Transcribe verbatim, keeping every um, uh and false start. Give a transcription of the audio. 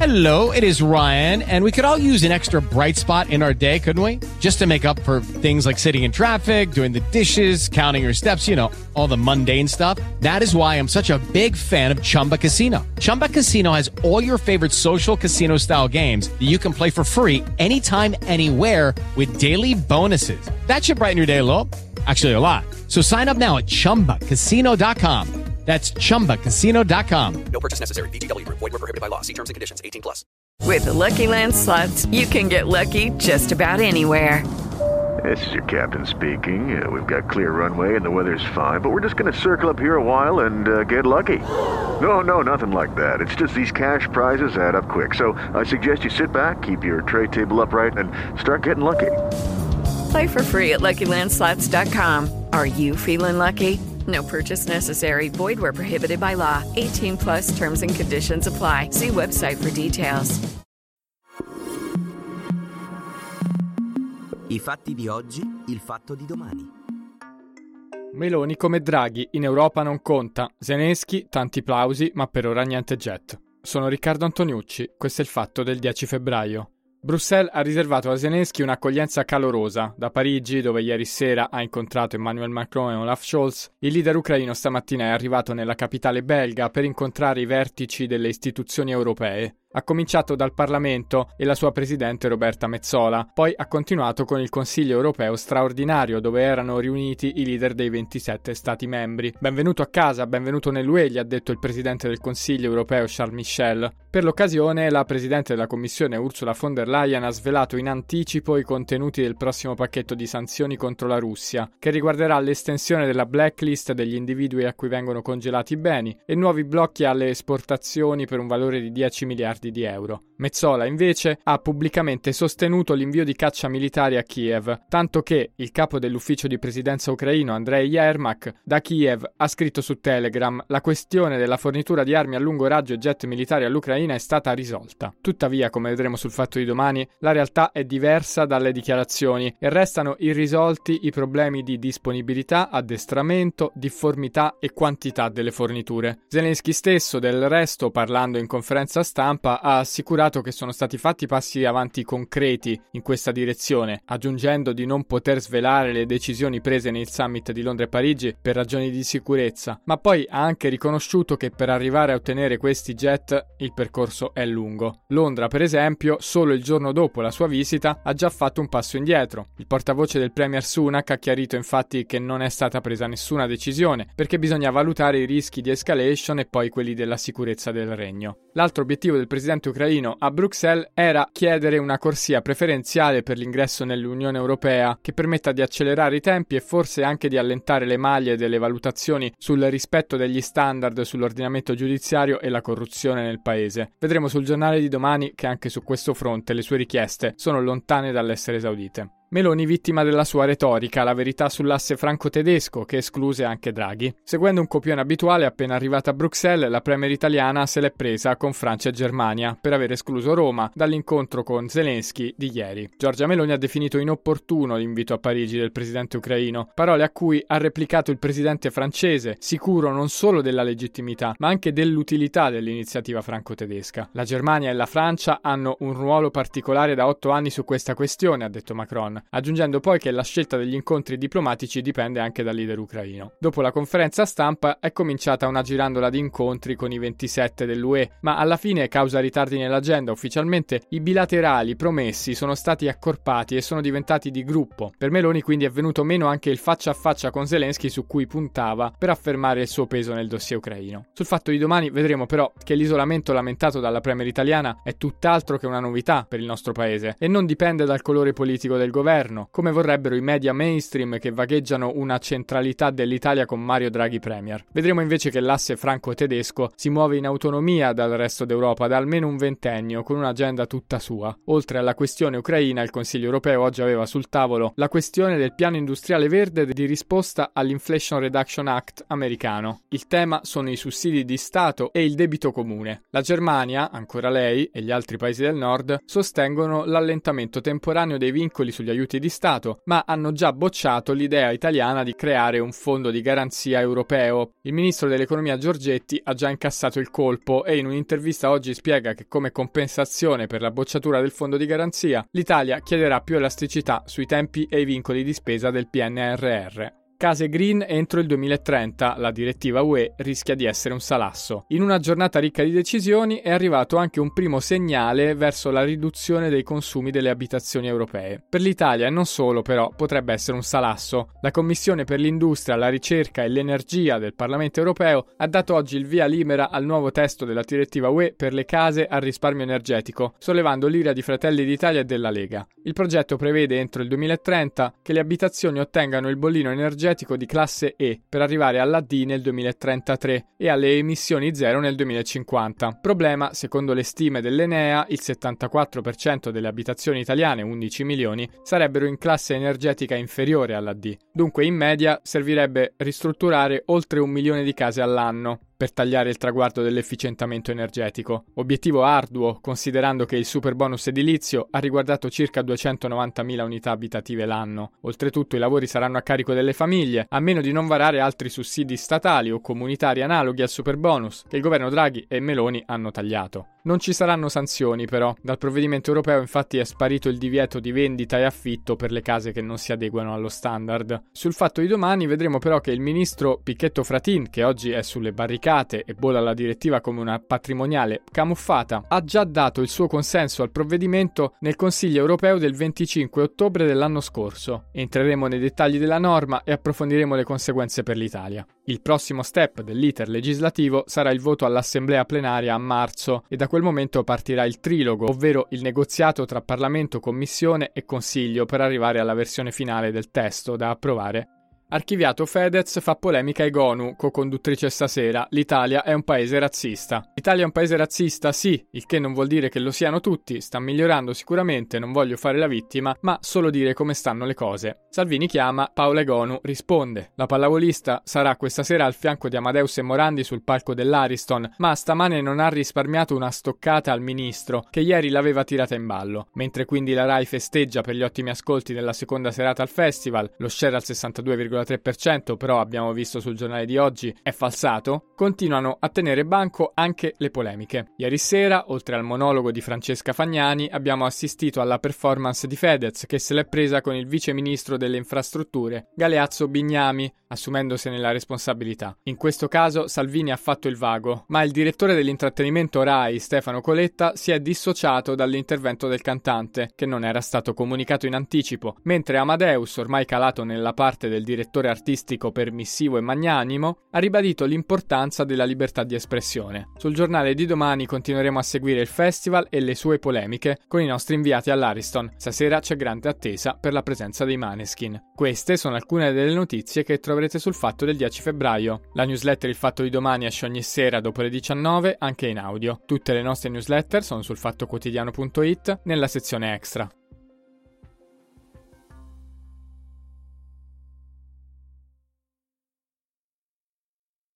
Hello, it is Ryan, and we could all use an extra bright spot in our day, couldn't we? Just to make up for things like sitting in traffic, doing the dishes, counting your steps, you know, all the mundane stuff. That is why I'm such a big fan of Chumba Casino. Chumba Casino has all your favorite social casino-style games that you can play for free anytime, anywhere with daily bonuses. That should brighten your day a little. Actually, a lot. So sign up now at chumba casino dot com. That's chumba casino dot com. No purchase necessary. V G W Group. Void where prohibited by law. See terms and conditions. eighteen plus. With the Lucky Land Slots, you can get lucky just about anywhere. This is your captain speaking. Uh, we've got clear runway and the weather's fine, but we're just going to circle up here a while and uh, get lucky. No, no, nothing like that. It's just these cash prizes add up quick. So I suggest you sit back, keep your tray table upright, and start getting lucky. Play for free at lucky land slots dot com. Are you feeling lucky? No purchase necessary. Void where prohibited by law. eighteen plus terms and conditions apply. See website for details. I fatti di oggi, il fatto di domani. Meloni come Draghi, in Europa non conta. Zelensky, tanti plausi, ma per ora niente jet. Sono Riccardo Antoniucci, questo è il fatto del dieci febbraio. Bruxelles ha riservato a Zelensky un'accoglienza calorosa. Da Parigi, dove ieri sera ha incontrato Emmanuel Macron e Olaf Scholz, il leader ucraino stamattina è arrivato nella capitale belga per incontrare i vertici delle istituzioni europee. Ha cominciato dal Parlamento e la sua presidente Roberta Metsola, poi ha continuato con il Consiglio europeo straordinario dove erano riuniti i leader dei ventisette Stati membri. Benvenuto a casa, benvenuto nell'U E, gli ha detto il presidente del Consiglio europeo Charles Michel. Per l'occasione la presidente della Commissione Ursula von der Leyen ha svelato in anticipo i contenuti del prossimo pacchetto di sanzioni contro la Russia, che riguarderà l'estensione della blacklist degli individui a cui vengono congelati i beni e nuovi blocchi alle esportazioni per un valore di dieci miliardi di euro. Metsola invece ha pubblicamente sostenuto l'invio di caccia militari a Kiev, tanto che il capo dell'ufficio di presidenza ucraino Andrei Yermak da Kiev ha scritto su Telegram: la questione della fornitura di armi a lungo raggio e jet militari all'Ucraina è stata risolta. Tuttavia, come vedremo sul fatto di domani, la realtà è diversa dalle dichiarazioni e restano irrisolti i problemi di disponibilità, addestramento, difformità e quantità delle forniture. Zelensky stesso, del resto, parlando in conferenza stampa, ha assicurato che sono stati fatti passi avanti concreti in questa direzione, aggiungendo di non poter svelare le decisioni prese nel summit di Londra e Parigi per ragioni di sicurezza, ma poi ha anche riconosciuto che per arrivare a ottenere questi jet il percorso è lungo. Londra, per esempio, solo il giorno dopo la sua visita ha già fatto un passo indietro. Il portavoce del premier Sunak ha chiarito infatti che non è stata presa nessuna decisione, perché bisogna valutare i rischi di escalation e poi quelli della sicurezza del regno. L'altro obiettivo del presidente ucraino a Bruxelles era chiedere una corsia preferenziale per l'ingresso nell'Unione Europea che permetta di accelerare i tempi e forse anche di allentare le maglie delle valutazioni sul rispetto degli standard sull'ordinamento giudiziario e la corruzione nel paese. Vedremo sul giornale di domani che anche su questo fronte le sue richieste sono lontane dall'essere esaudite. Meloni vittima della sua retorica, la verità sull'asse franco-tedesco che escluse anche Draghi. Seguendo un copione abituale, appena arrivata a Bruxelles, la premier italiana se l'è presa con Francia e Germania per aver escluso Roma dall'incontro con Zelensky di ieri. Giorgia Meloni ha definito inopportuno l'invito a Parigi del presidente ucraino, parole a cui ha replicato il presidente francese, sicuro non solo della legittimità, ma anche dell'utilità dell'iniziativa franco-tedesca. La Germania e la Francia hanno un ruolo particolare da otto anni su questa questione, ha detto Macron, aggiungendo poi che la scelta degli incontri diplomatici dipende anche dal leader ucraino. Dopo la conferenza stampa è cominciata una girandola di incontri con i ventisette dell'U E, ma alla fine, causa ritardi nell'agenda, ufficialmente i bilaterali promessi sono stati accorpati e sono diventati di gruppo. Per Meloni quindi è venuto meno anche il faccia a faccia con Zelensky su cui puntava per affermare il suo peso nel dossier ucraino. Sul fatto di domani vedremo però che l'isolamento lamentato dalla premier italiana è tutt'altro che una novità per il nostro paese e non dipende dal colore politico del governo, come vorrebbero i media mainstream che vagheggiano una centralità dell'Italia con Mario Draghi premier. Vedremo invece che l'asse franco-tedesco si muove in autonomia dal resto d'Europa da almeno un ventennio, con un'agenda tutta sua. Oltre alla questione ucraina, il Consiglio europeo oggi aveva sul tavolo la questione del piano industriale verde di risposta all'Inflation Reduction Act americano. Il tema sono i sussidi di Stato e il debito comune. La Germania, ancora lei, e gli altri paesi del nord sostengono l'allentamento temporaneo dei vincoli sugli aiuti di Stato, ma hanno già bocciato l'idea italiana di creare un fondo di garanzia europeo. Il ministro dell'economia Giorgetti ha già incassato il colpo e in un'intervista oggi spiega che come compensazione per la bocciatura del fondo di garanzia, l'Italia chiederà più elasticità sui tempi e i vincoli di spesa del P N R R. Case green entro il duemilatrenta, la direttiva U E rischia di essere un salasso. In una giornata ricca di decisioni è arrivato anche un primo segnale verso la riduzione dei consumi delle abitazioni europee. Per l'Italia e non solo però potrebbe essere un salasso. La Commissione per l'Industria, la Ricerca e l'Energia del Parlamento europeo ha dato oggi il via libera al nuovo testo della direttiva U E per le case a risparmio energetico, sollevando l'ira di Fratelli d'Italia e della Lega. Il progetto prevede entro il duemilatrenta che le abitazioni ottengano il bollino energetico di classe E per arrivare alla D nel duemilatrentatré e alle emissioni zero nel duemilacinquanta. Problema, secondo le stime dell'Enea, il settantaquattro per cento delle abitazioni italiane, undici milioni, sarebbero in classe energetica inferiore alla D. Dunque in media servirebbe ristrutturare oltre un milione di case all'anno per tagliare il traguardo dell'efficientamento energetico. Obiettivo arduo, considerando che il superbonus edilizio ha riguardato circa duecentonovantamila unità abitative l'anno. Oltretutto i lavori saranno a carico delle famiglie, a meno di non varare altri sussidi statali o comunitari analoghi al superbonus, che il governo Draghi e Meloni hanno tagliato. Non ci saranno sanzioni però. Dal provvedimento europeo infatti è sparito il divieto di vendita e affitto per le case che non si adeguano allo standard. Sul Fatto di Domani vedremo però che il ministro Pichetto Fratin, che oggi è sulle barricate e bolla la direttiva come una patrimoniale camuffata, ha già dato il suo consenso al provvedimento nel Consiglio europeo del venticinque ottobre dell'anno scorso. Entreremo nei dettagli della norma e approfondiremo le conseguenze per l'Italia. Il prossimo step dell'iter legislativo sarà il voto all'Assemblea plenaria a marzo e da quel momento partirà il trilogo, ovvero il negoziato tra Parlamento, Commissione e Consiglio per arrivare alla versione finale del testo da approvare. Archiviato Fedez fa polemica ai Gonu, co-conduttrice stasera. L'Italia è un paese razzista. L'Italia è un paese razzista, sì, il che non vuol dire che lo siano tutti, sta migliorando sicuramente, non voglio fare la vittima, ma solo dire come stanno le cose. Salvini chiama, Paola Egonu risponde. La pallavolista sarà questa sera al fianco di Amadeus e Morandi sul palco dell'Ariston, ma stamane non ha risparmiato una stoccata al ministro, che ieri l'aveva tirata in ballo. Mentre quindi la Rai festeggia per gli ottimi ascolti nella seconda serata al festival, lo share al sessantadue virgola tre per cento però abbiamo visto sul giornale di oggi è falsato, continuano a tenere banco anche le polemiche. Ieri sera, oltre al monologo di Francesca Fagnani, abbiamo assistito alla performance di Fedez che se l'è presa con il vice ministro delle infrastrutture, Galeazzo Bignami, assumendosene la responsabilità. In questo caso Salvini ha fatto il vago, ma il direttore dell'intrattenimento Rai, Stefano Coletta, si è dissociato dall'intervento del cantante, che non era stato comunicato in anticipo, mentre Amadeus, ormai calato nella parte del direttore artistico permissivo e magnanimo, ha ribadito l'importanza della libertà di espressione. Sul giornale di domani continueremo a seguire il festival e le sue polemiche con i nostri inviati all'Ariston. Stasera c'è grande attesa per la presenza dei Maneskin. Queste sono alcune delle notizie che troverete sul Fatto del dieci febbraio. La newsletter Il Fatto di Domani esce ogni sera dopo le diciannove, anche in audio. Tutte le nostre newsletter sono sul fattoquotidiano punto it nella sezione extra.